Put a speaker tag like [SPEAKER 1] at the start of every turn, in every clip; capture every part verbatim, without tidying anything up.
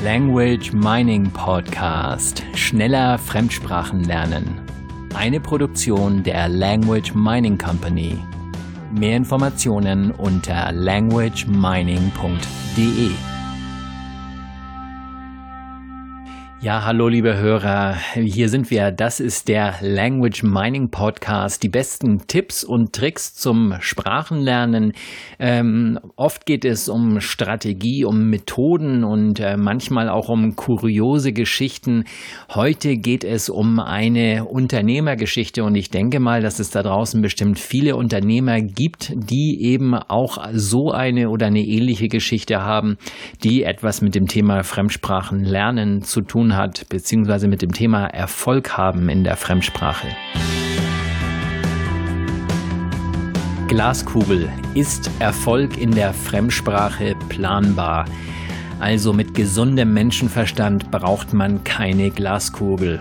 [SPEAKER 1] Language Mining Podcast. Schneller Fremdsprachen lernen. Eine Produktion der Language Mining Company. Mehr Informationen unter language mining punkt de. Ja, hallo liebe Hörer, hier sind wir. Das ist der Language Mining Podcast. Die besten Tipps und Tricks zum Sprachenlernen. Ähm, oft geht es um Strategie, um Methoden und äh, manchmal auch um kuriose Geschichten. Heute geht es um eine Unternehmergeschichte und ich denke mal, dass es da draußen bestimmt viele Unternehmer gibt, die eben auch so eine oder eine ähnliche Geschichte haben, die etwas mit dem Thema Fremdsprachenlernen zu tun hat, beziehungsweise mit dem Thema Erfolg haben in der Fremdsprache. Glaskugel. Ist Erfolg in der Fremdsprache planbar? Also mit gesundem Menschenverstand braucht man keine Glaskugel.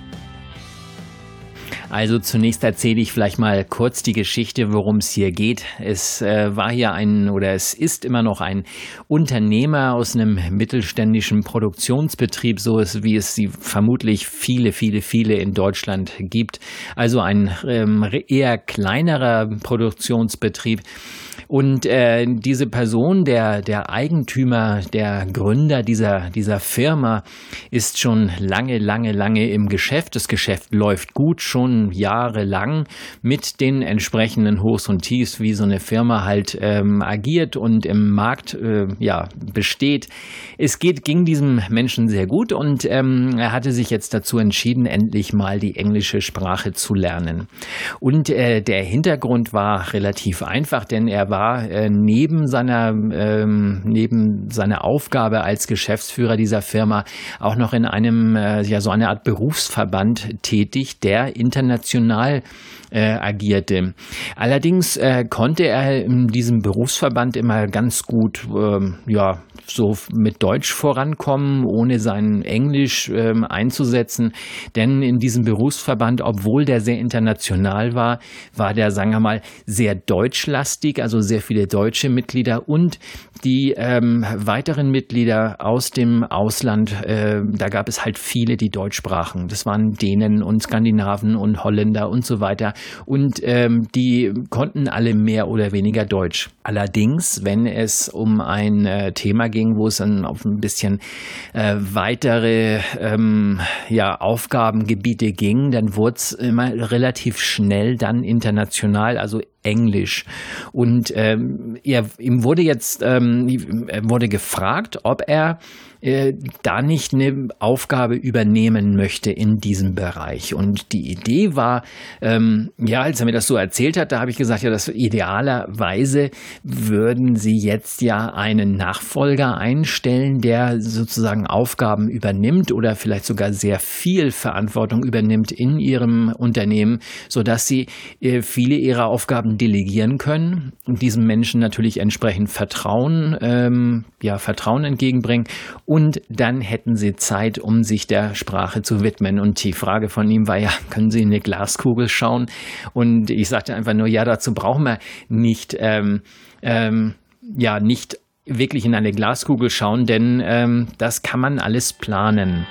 [SPEAKER 1] Also zunächst erzähle ich vielleicht mal kurz die Geschichte, worum es hier geht. Es äh, war hier ein oder es ist immer noch ein Unternehmer aus einem mittelständischen Produktionsbetrieb, so ist, wie es sie vermutlich viele, viele, viele in Deutschland gibt. Also ein ähm, eher kleinerer Produktionsbetrieb. Und äh, diese Person, der, der Eigentümer, der Gründer dieser, dieser Firma, ist schon lange, lange, lange im Geschäft. Das Geschäft läuft gut, schon jahrelang mit den entsprechenden Hochs und Tiefs, wie so eine Firma halt ähm, agiert und im Markt äh, ja, besteht. Es geht, ging diesem Menschen sehr gut und ähm, er hatte sich jetzt dazu entschieden, endlich mal die englische Sprache zu lernen. Und äh, der Hintergrund war relativ einfach, denn er war war äh, neben seiner ähm, neben seiner Aufgabe als Geschäftsführer dieser Firma auch noch in einem äh, ja so eine Art Berufsverband tätig, der international äh, agierte. Allerdings äh, konnte er in diesem Berufsverband immer ganz gut äh, ja so mit Deutsch vorankommen, ohne sein Englisch äh, einzusetzen, denn in diesem Berufsverband, obwohl der sehr international war, war der, sagen wir mal, sehr deutschlastig, also sehr viele deutsche Mitglieder und die ähm, weiteren Mitglieder aus dem Ausland, äh, da gab es halt viele, die Deutsch sprachen. Das waren Dänen und Skandinaven und Holländer und so weiter und ähm, die konnten alle mehr oder weniger Deutsch. Allerdings, wenn es um ein äh, Thema ging, wo es dann auf ein bisschen äh, weitere ähm, ja, Aufgabengebiete ging, dann wurde es immer relativ schnell dann international, also Englisch. Und ähm, er, ihm wurde jetzt ähm, er wurde gefragt, ob er äh, da nicht eine Aufgabe übernehmen möchte in diesem Bereich. Und die Idee war, ähm, ja, als er mir das so erzählt hat, da habe ich gesagt, ja, das idealerweise würden Sie jetzt ja einen Nachfolger einstellen, der sozusagen Aufgaben übernimmt oder vielleicht sogar sehr viel Verantwortung übernimmt in Ihrem Unternehmen, sodass Sie äh, viele Ihrer Aufgaben delegieren können und diesem Menschen natürlich entsprechend Vertrauen, ähm, ja, Vertrauen entgegenbringen und dann hätten sie Zeit, um sich der Sprache zu widmen. Und die Frage von ihm war ja, können Sie in eine Glaskugel schauen? Und ich sagte einfach nur, ja, dazu brauchen wir nicht, ähm, ähm, ja, nicht wirklich in eine Glaskugel schauen, denn ähm, das kann man alles planen.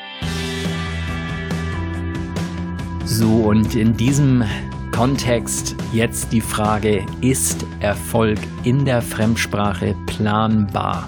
[SPEAKER 1] So, und in diesem Kontext jetzt die Frage, ist Erfolg in der Fremdsprache planbar?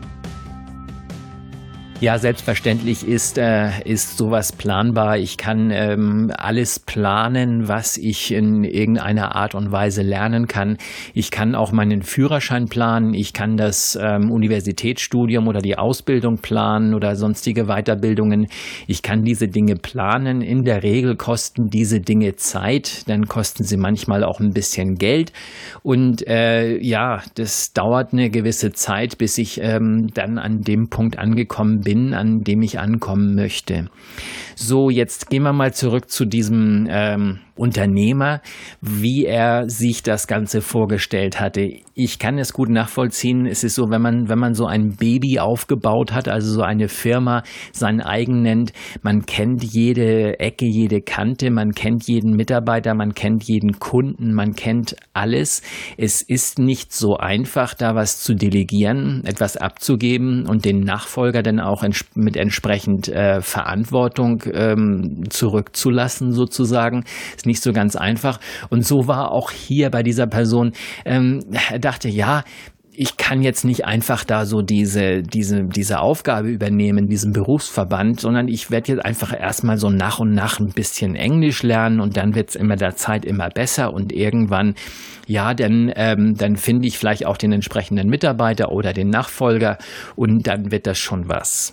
[SPEAKER 1] Ja, selbstverständlich ist, äh, ist sowas planbar. Ich kann ähm, alles planen, was ich in irgendeiner Art und Weise lernen kann. Ich kann auch meinen Führerschein planen. Ich kann das ähm, Universitätsstudium oder die Ausbildung planen oder sonstige Weiterbildungen. Ich kann diese Dinge planen. In der Regel kosten diese Dinge Zeit. Dann kosten sie manchmal auch ein bisschen Geld. Und äh, ja, das dauert eine gewisse Zeit, bis ich ähm, dann an dem Punkt angekommen bin, an dem ich ankommen möchte. So, jetzt gehen wir mal zurück zu diesem ähm, Unternehmer, wie er sich das Ganze vorgestellt hatte. Ich kann es gut nachvollziehen. Es ist so, wenn man, wenn man so ein Baby aufgebaut hat, also so eine Firma sein eigen nennt, man kennt jede Ecke, jede Kante, man kennt jeden Mitarbeiter, man kennt jeden Kunden, man kennt alles. Es ist nicht so einfach, da was zu delegieren, etwas abzugeben und den Nachfolger dann auch ents- mit entsprechend äh, Verantwortung ähm, zurückzulassen sozusagen. Ist nicht so ganz einfach. Und so war auch hier bei dieser Person. Ähm, er dachte, ja, ich kann jetzt nicht einfach da so diese, diese, diese Aufgabe übernehmen, diesen Berufsverband, sondern ich werde jetzt einfach erstmal so nach und nach ein bisschen Englisch lernen und dann wird es immer der Zeit immer besser und irgendwann, ja, dann, ähm, dann finde ich vielleicht auch den entsprechenden Mitarbeiter oder den Nachfolger und dann wird das schon was.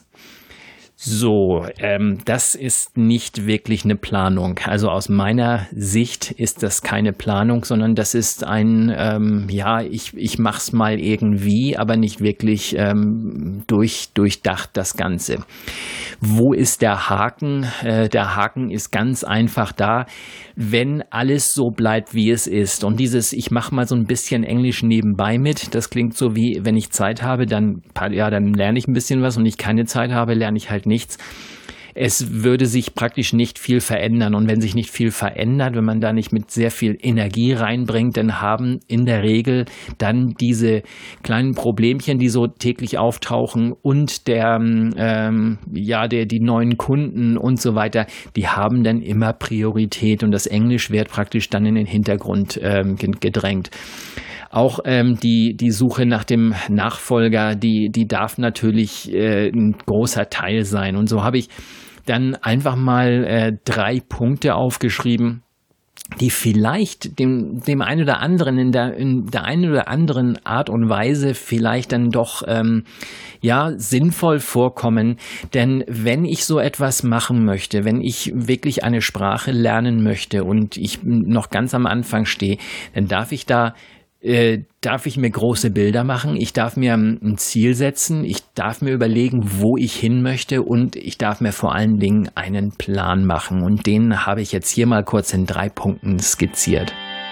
[SPEAKER 1] So, ähm, das ist nicht wirklich eine Planung. Also aus meiner Sicht ist das keine Planung, sondern das ist ein, ähm, ja, ich, ich mach's mal irgendwie, aber nicht wirklich ähm, durch, durchdacht das Ganze. Wo ist der Haken? Äh, der Haken ist ganz einfach da, wenn alles so bleibt, wie es ist. Und dieses, ich mache mal so ein bisschen Englisch nebenbei mit, das klingt so wie, wenn ich Zeit habe, dann, ja, dann lerne ich ein bisschen was und ich keine Zeit habe, lerne ich halt nichts. Es würde sich praktisch nicht viel verändern. Und wenn sich nicht viel verändert, wenn man da nicht mit sehr viel Energie reinbringt, dann haben in der Regel dann diese kleinen Problemchen, die so täglich auftauchen und der, ähm, ja, der, die neuen Kunden und so weiter, die haben dann immer Priorität und das Englisch wird praktisch dann in den Hintergrund ähm, gedrängt. Auch ähm, die, die Suche nach dem Nachfolger, die, die darf natürlich äh, ein großer Teil sein. Und so habe ich dann einfach mal äh, drei Punkte aufgeschrieben, die vielleicht dem, dem einen oder anderen in der, in der einen oder anderen Art und Weise vielleicht dann doch ähm, ja sinnvoll vorkommen. Denn wenn ich so etwas machen möchte, wenn ich wirklich eine Sprache lernen möchte und ich noch ganz am Anfang stehe, dann darf ich da Äh, darf ich mir große Bilder machen, ich darf mir ein Ziel setzen, ich darf mir überlegen, wo ich hin möchte und ich darf mir vor allen Dingen einen Plan machen. Und den habe ich jetzt hier mal kurz in drei Punkten skizziert.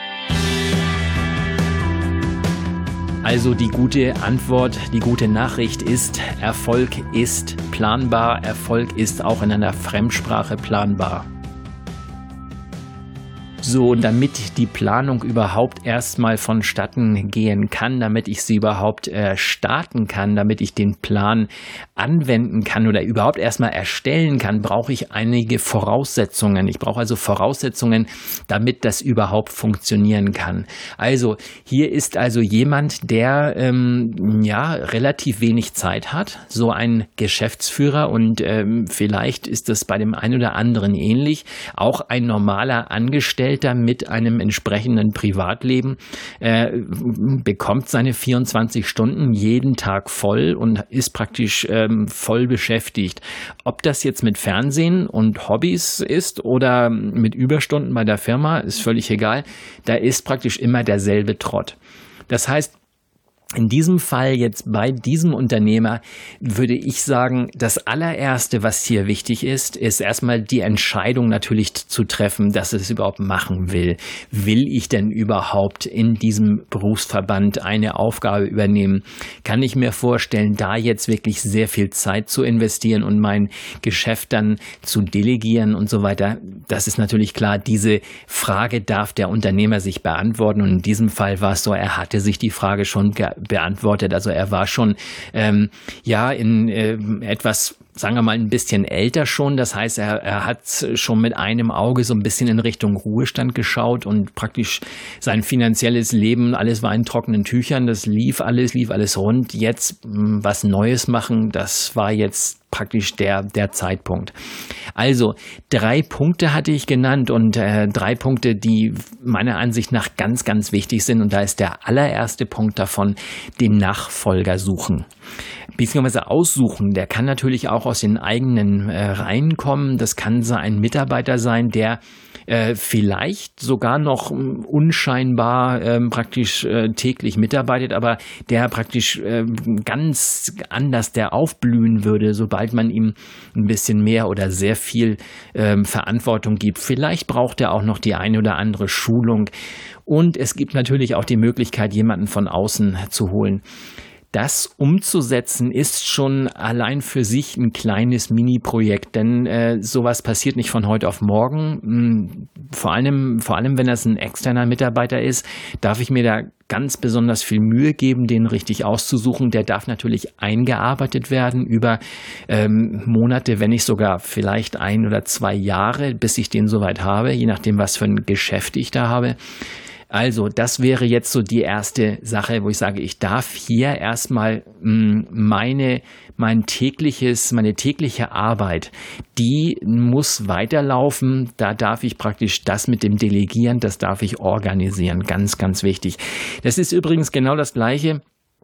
[SPEAKER 1] Also die gute Antwort, die gute Nachricht ist, Erfolg ist planbar, Erfolg ist auch in einer Fremdsprache planbar. So, und damit die Planung überhaupt erstmal vonstatten gehen kann, damit ich sie überhaupt äh, starten kann, damit ich den Plan anwenden kann oder überhaupt erstmal erstellen kann, brauche ich einige Voraussetzungen. Ich brauche also Voraussetzungen, damit das überhaupt funktionieren kann. Also hier ist also jemand, der ähm, ja relativ wenig Zeit hat, so ein Geschäftsführer und ähm, vielleicht ist das bei dem einen oder anderen ähnlich, auch ein normaler Angestellter mit einem entsprechenden Privatleben, äh, bekommt seine vierundzwanzig Stunden jeden Tag voll und ist praktisch ähm, voll beschäftigt. Ob das jetzt mit Fernsehen und Hobbys ist oder mit Überstunden bei der Firma, ist völlig egal. Da ist praktisch immer derselbe Trott. Das heißt, in diesem Fall jetzt bei diesem Unternehmer würde ich sagen, das allererste, was hier wichtig ist, ist erstmal die Entscheidung natürlich zu treffen, dass er es überhaupt machen will. Will ich denn überhaupt in diesem Berufsverband eine Aufgabe übernehmen? Kann ich mir vorstellen, da jetzt wirklich sehr viel Zeit zu investieren und mein Geschäft dann zu delegieren und so weiter? Das ist natürlich klar, diese Frage darf der Unternehmer sich beantworten und in diesem Fall war es so, er hatte sich die Frage schon ge- beantwortet. Also er war schon ähm, ja in äh, etwas, sagen wir mal, ein bisschen älter schon. Das heißt, er, er hat schon mit einem Auge so ein bisschen in Richtung Ruhestand geschaut und praktisch sein finanzielles Leben, alles war in trockenen Tüchern. Das lief alles, lief alles rund. Jetzt mh, was Neues machen, das war jetzt praktisch der, der Zeitpunkt. Also drei Punkte hatte ich genannt und äh, drei Punkte, die meiner Ansicht nach ganz, ganz wichtig sind. Und da ist der allererste Punkt davon, den Nachfolger suchen. Beziehungsweise aussuchen, der kann natürlich auch aus den eigenen äh, Reihen kommen. Das kann so ein Mitarbeiter sein, der äh, vielleicht sogar noch unscheinbar äh, praktisch äh, täglich mitarbeitet, aber der praktisch äh, ganz anders der aufblühen würde, sobald man ihm ein bisschen mehr oder sehr viel äh, Verantwortung gibt. Vielleicht braucht er auch noch die eine oder andere Schulung. Und es gibt natürlich auch die Möglichkeit, jemanden von außen zu holen. Das umzusetzen ist schon allein für sich ein kleines Mini-Projekt, denn äh, sowas passiert nicht von heute auf morgen. Vor allem, vor allem, wenn das ein externer Mitarbeiter ist, darf ich mir da ganz besonders viel Mühe geben, den richtig auszusuchen. Der darf natürlich eingearbeitet werden über ähm, Monate, wenn nicht sogar vielleicht ein oder zwei Jahre, bis ich den soweit habe, je nachdem, was für ein Geschäft ich da habe. Also, das wäre jetzt so die erste Sache, wo ich sage, ich darf hier erstmal mh, meine, mein tägliches, meine tägliche Arbeit, die muss weiterlaufen. Da darf ich praktisch das mit dem Delegieren, das darf ich organisieren. Ganz, ganz wichtig. Das ist übrigens genau das Gleiche.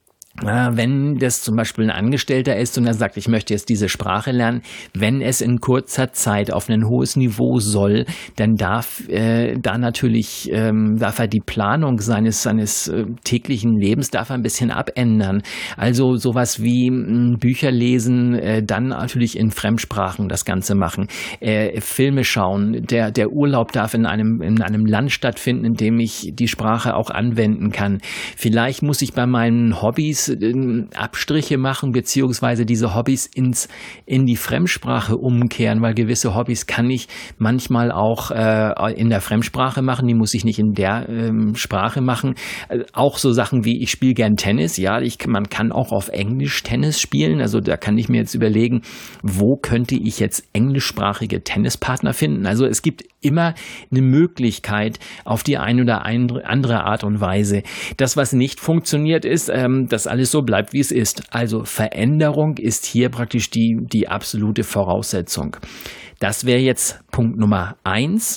[SPEAKER 1] Wenn das zum Beispiel ein Angestellter ist und er sagt, ich möchte jetzt diese Sprache lernen, wenn es in kurzer Zeit auf ein hohes Niveau soll, dann darf äh, da natürlich, ähm, darf er die Planung seines, seines äh, täglichen Lebens darf er ein bisschen abändern. Also sowas wie mh, Bücher lesen, äh, dann natürlich in Fremdsprachen das Ganze machen, äh, Filme schauen. Der, der Urlaub darf in einem, in einem Land stattfinden, in dem ich die Sprache auch anwenden kann. Vielleicht muss ich bei meinen Hobbys Abstriche machen, beziehungsweise diese Hobbys ins, in die Fremdsprache umkehren, weil gewisse Hobbys kann ich manchmal auch äh, in der Fremdsprache machen, die muss ich nicht in der ähm, Sprache machen. Äh, auch so Sachen wie, ich spiele gern Tennis, ja, ich, man kann auch auf Englisch Tennis spielen, also da kann ich mir jetzt überlegen, wo könnte ich jetzt englischsprachige Tennispartner finden? Also es gibt immer eine Möglichkeit auf die eine oder andere Art und Weise. Das, was nicht funktioniert, ist, ähm, dass alles so bleibt, wie es ist. Also Veränderung ist hier praktisch die, die absolute Voraussetzung. Das wäre jetzt Punkt Nummer eins.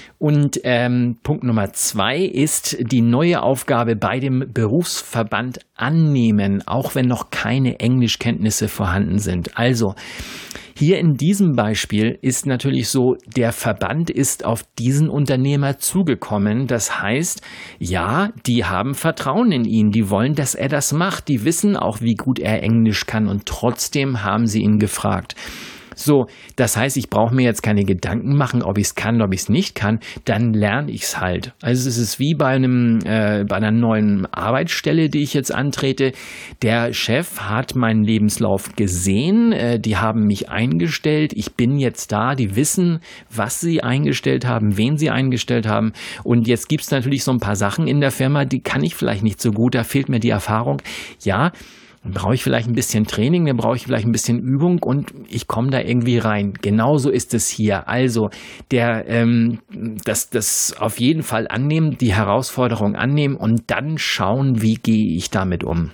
[SPEAKER 1] Und ähm, Punkt Nummer zwei ist die neue Aufgabe bei dem Berufsverband annehmen, auch wenn noch keine Englischkenntnisse vorhanden sind. Also hier in diesem Beispiel ist natürlich so, der Verband ist auf diesen Unternehmer zugekommen. Das heißt, ja, die haben Vertrauen in ihn. Die wollen, dass er das macht. Die wissen auch, wie gut er Englisch kann. Und trotzdem haben sie ihn gefragt. So, das heißt, ich brauche mir jetzt keine Gedanken machen, ob ich es kann, ob ich es nicht kann, dann lerne ich es halt. Also es ist wie bei einem äh, bei einer neuen Arbeitsstelle, die ich jetzt antrete. Der Chef hat meinen Lebenslauf gesehen, äh, die haben mich eingestellt, ich bin jetzt da, die wissen, was sie eingestellt haben, wen sie eingestellt haben. Und jetzt gibt es natürlich so ein paar Sachen in der Firma, die kann ich vielleicht nicht so gut, da fehlt mir die Erfahrung. Ja, dann brauche ich vielleicht ein bisschen Training, dann brauche ich vielleicht ein bisschen Übung und ich komme da irgendwie rein. Genauso ist es hier. Also der, ähm, das, das auf jeden Fall annehmen, die Herausforderung annehmen und dann schauen, wie gehe ich damit um.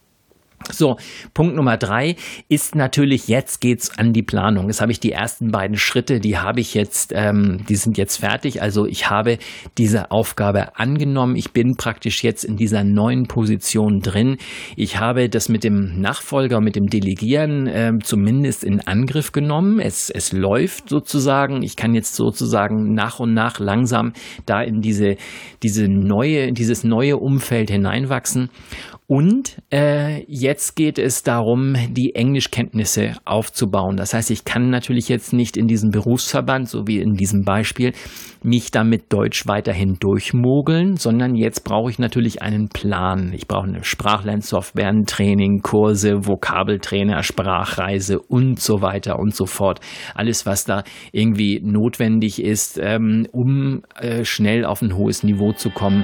[SPEAKER 1] So, Punkt Nummer drei ist natürlich, jetzt geht's an die Planung. Jetzt habe ich die ersten beiden Schritte, die habe ich jetzt, ähm, die sind jetzt fertig. Also ich habe diese Aufgabe angenommen. Ich bin praktisch jetzt in dieser neuen Position drin. Ich habe das mit dem Nachfolger, mit dem Delegieren äh, zumindest in Angriff genommen. Es, es läuft sozusagen. Ich kann jetzt sozusagen nach und nach langsam da in diese, diese neue, in dieses neue Umfeld hineinwachsen. Und äh, jetzt geht es darum, die Englischkenntnisse aufzubauen. Das heißt, ich kann natürlich jetzt nicht in diesem Berufsverband, so wie in diesem Beispiel, mich damit Deutsch weiterhin durchmogeln, sondern jetzt brauche ich natürlich einen Plan. Ich brauche eine Sprachlernsoftware, ein Training, Kurse, Vokabeltrainer, Sprachreise und so weiter und so fort. Alles, was da irgendwie notwendig ist, ähm, um äh, schnell auf ein hohes Niveau zu kommen.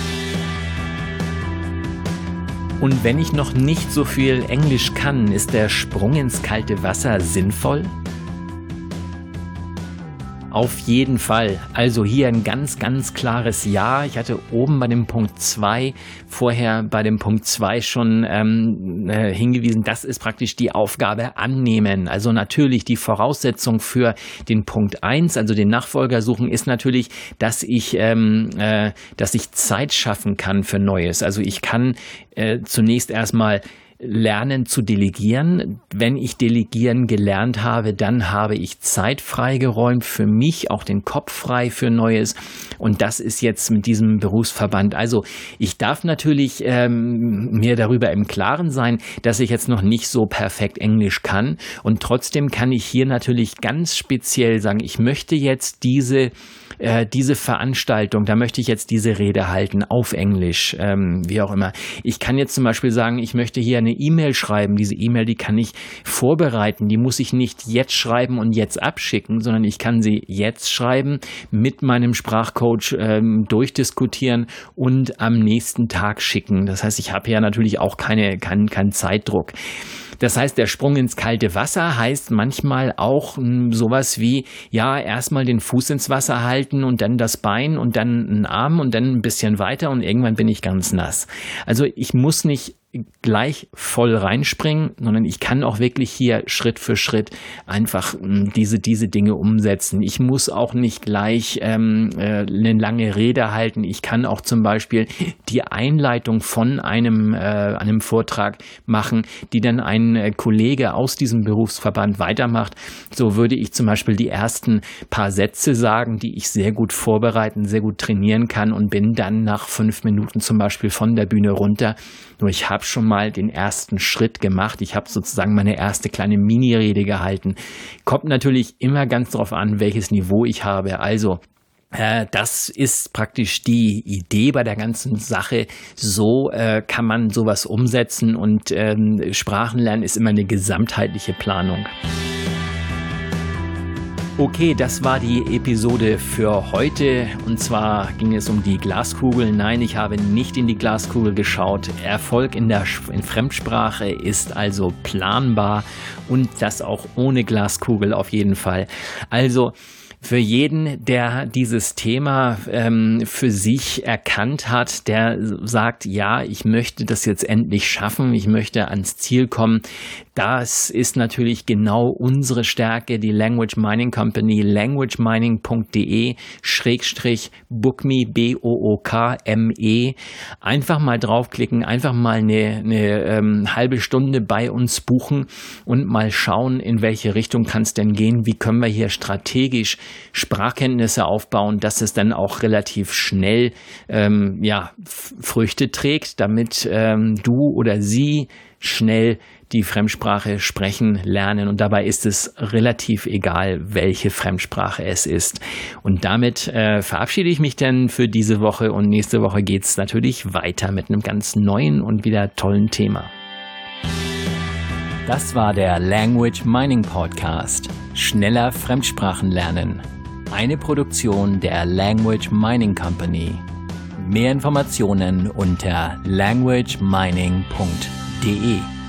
[SPEAKER 1] Und wenn ich noch nicht so viel Englisch kann, ist der Sprung ins kalte Wasser sinnvoll? Auf jeden Fall. Also hier ein ganz, ganz klares Ja. Ich hatte oben bei dem Punkt zwei vorher bei dem Punkt zwei schon ähm, äh, hingewiesen, das ist praktisch die Aufgabe annehmen. Also natürlich die Voraussetzung für den Punkt eins, also den Nachfolger suchen, ist natürlich, dass ich, ähm, äh, dass ich Zeit schaffen kann für Neues. Also ich kann äh, zunächst erstmal lernen zu delegieren. Wenn ich delegieren gelernt habe, dann habe ich Zeit freigeräumt für mich, auch den Kopf frei für Neues. Und das ist jetzt mit diesem Berufsverband. Also ich darf natürlich ähm, mir darüber im Klaren sein, dass ich jetzt noch nicht so perfekt Englisch kann. Und trotzdem kann ich hier natürlich ganz speziell sagen, ich möchte jetzt diese äh, diese Veranstaltung, da möchte ich jetzt diese Rede halten auf Englisch, ähm, wie auch immer. Ich kann jetzt zum Beispiel sagen, ich möchte hier eine E-Mail schreiben. Diese E-Mail, die kann ich vorbereiten. Die muss ich nicht jetzt schreiben und jetzt abschicken, sondern ich kann sie jetzt schreiben, mit meinem Sprachcoach ähm, durchdiskutieren und am nächsten Tag schicken. Das heißt, ich habe ja natürlich auch keine, keinen, keinen Zeitdruck. Das heißt, der Sprung ins kalte Wasser heißt manchmal auch mh, sowas wie, ja, erstmal den Fuß ins Wasser halten und dann das Bein und dann einen Arm und dann ein bisschen weiter und irgendwann bin ich ganz nass. Also ich muss nicht gleich voll reinspringen, sondern ich kann auch wirklich hier Schritt für Schritt einfach mh, diese diese Dinge umsetzen. Ich muss auch nicht gleich ähm, äh, eine lange Rede halten. Ich kann auch zum Beispiel die Einleitung von einem äh, einem Vortrag machen, die dann ein äh, Kollege aus diesem Berufsverband weitermacht. So würde ich zum Beispiel die ersten paar Sätze sagen, die ich sehr gut vorbereiten, sehr gut trainieren kann und bin dann nach fünf Minuten zum Beispiel von der Bühne runter. Nur ich habe schon mal den ersten Schritt gemacht. Ich habe sozusagen meine erste kleine Mini-Rede gehalten. Kommt natürlich immer ganz drauf an, welches Niveau ich habe. Also äh, das ist praktisch die Idee bei der ganzen Sache. So äh, kann man sowas umsetzen und ähm, Sprachenlernen ist immer eine gesamtheitliche Planung. Okay, das war die Episode für heute und zwar ging es um die Glaskugel. Nein, ich habe nicht in die Glaskugel geschaut. Erfolg in der in Fremdsprache ist also planbar und das auch ohne Glaskugel auf jeden Fall. Also für jeden, der dieses Thema ähm, für sich erkannt hat, der sagt, ja, ich möchte das jetzt endlich schaffen, ich möchte ans Ziel kommen, das ist natürlich genau unsere Stärke, die Language Mining Company, language mining punkt de schrägstrich bookme, B O O K M E. Einfach mal draufklicken, einfach mal eine, eine ähm, halbe Stunde bei uns buchen und mal schauen, in welche Richtung kann es denn gehen, wie können wir hier strategisch Sprachkenntnisse aufbauen, dass es dann auch relativ schnell ähm, ja, Früchte trägt, damit ähm, du oder sie schnell die Fremdsprache sprechen, lernen und dabei ist es relativ egal, welche Fremdsprache es ist. Und damit äh, verabschiede ich mich dann für diese Woche und nächste Woche geht es natürlich weiter mit einem ganz neuen und wieder tollen Thema. Das war der Language Mining Podcast. Schneller Fremdsprachen lernen. Eine Produktion der Language Mining Company. Mehr Informationen unter language mining punkt de.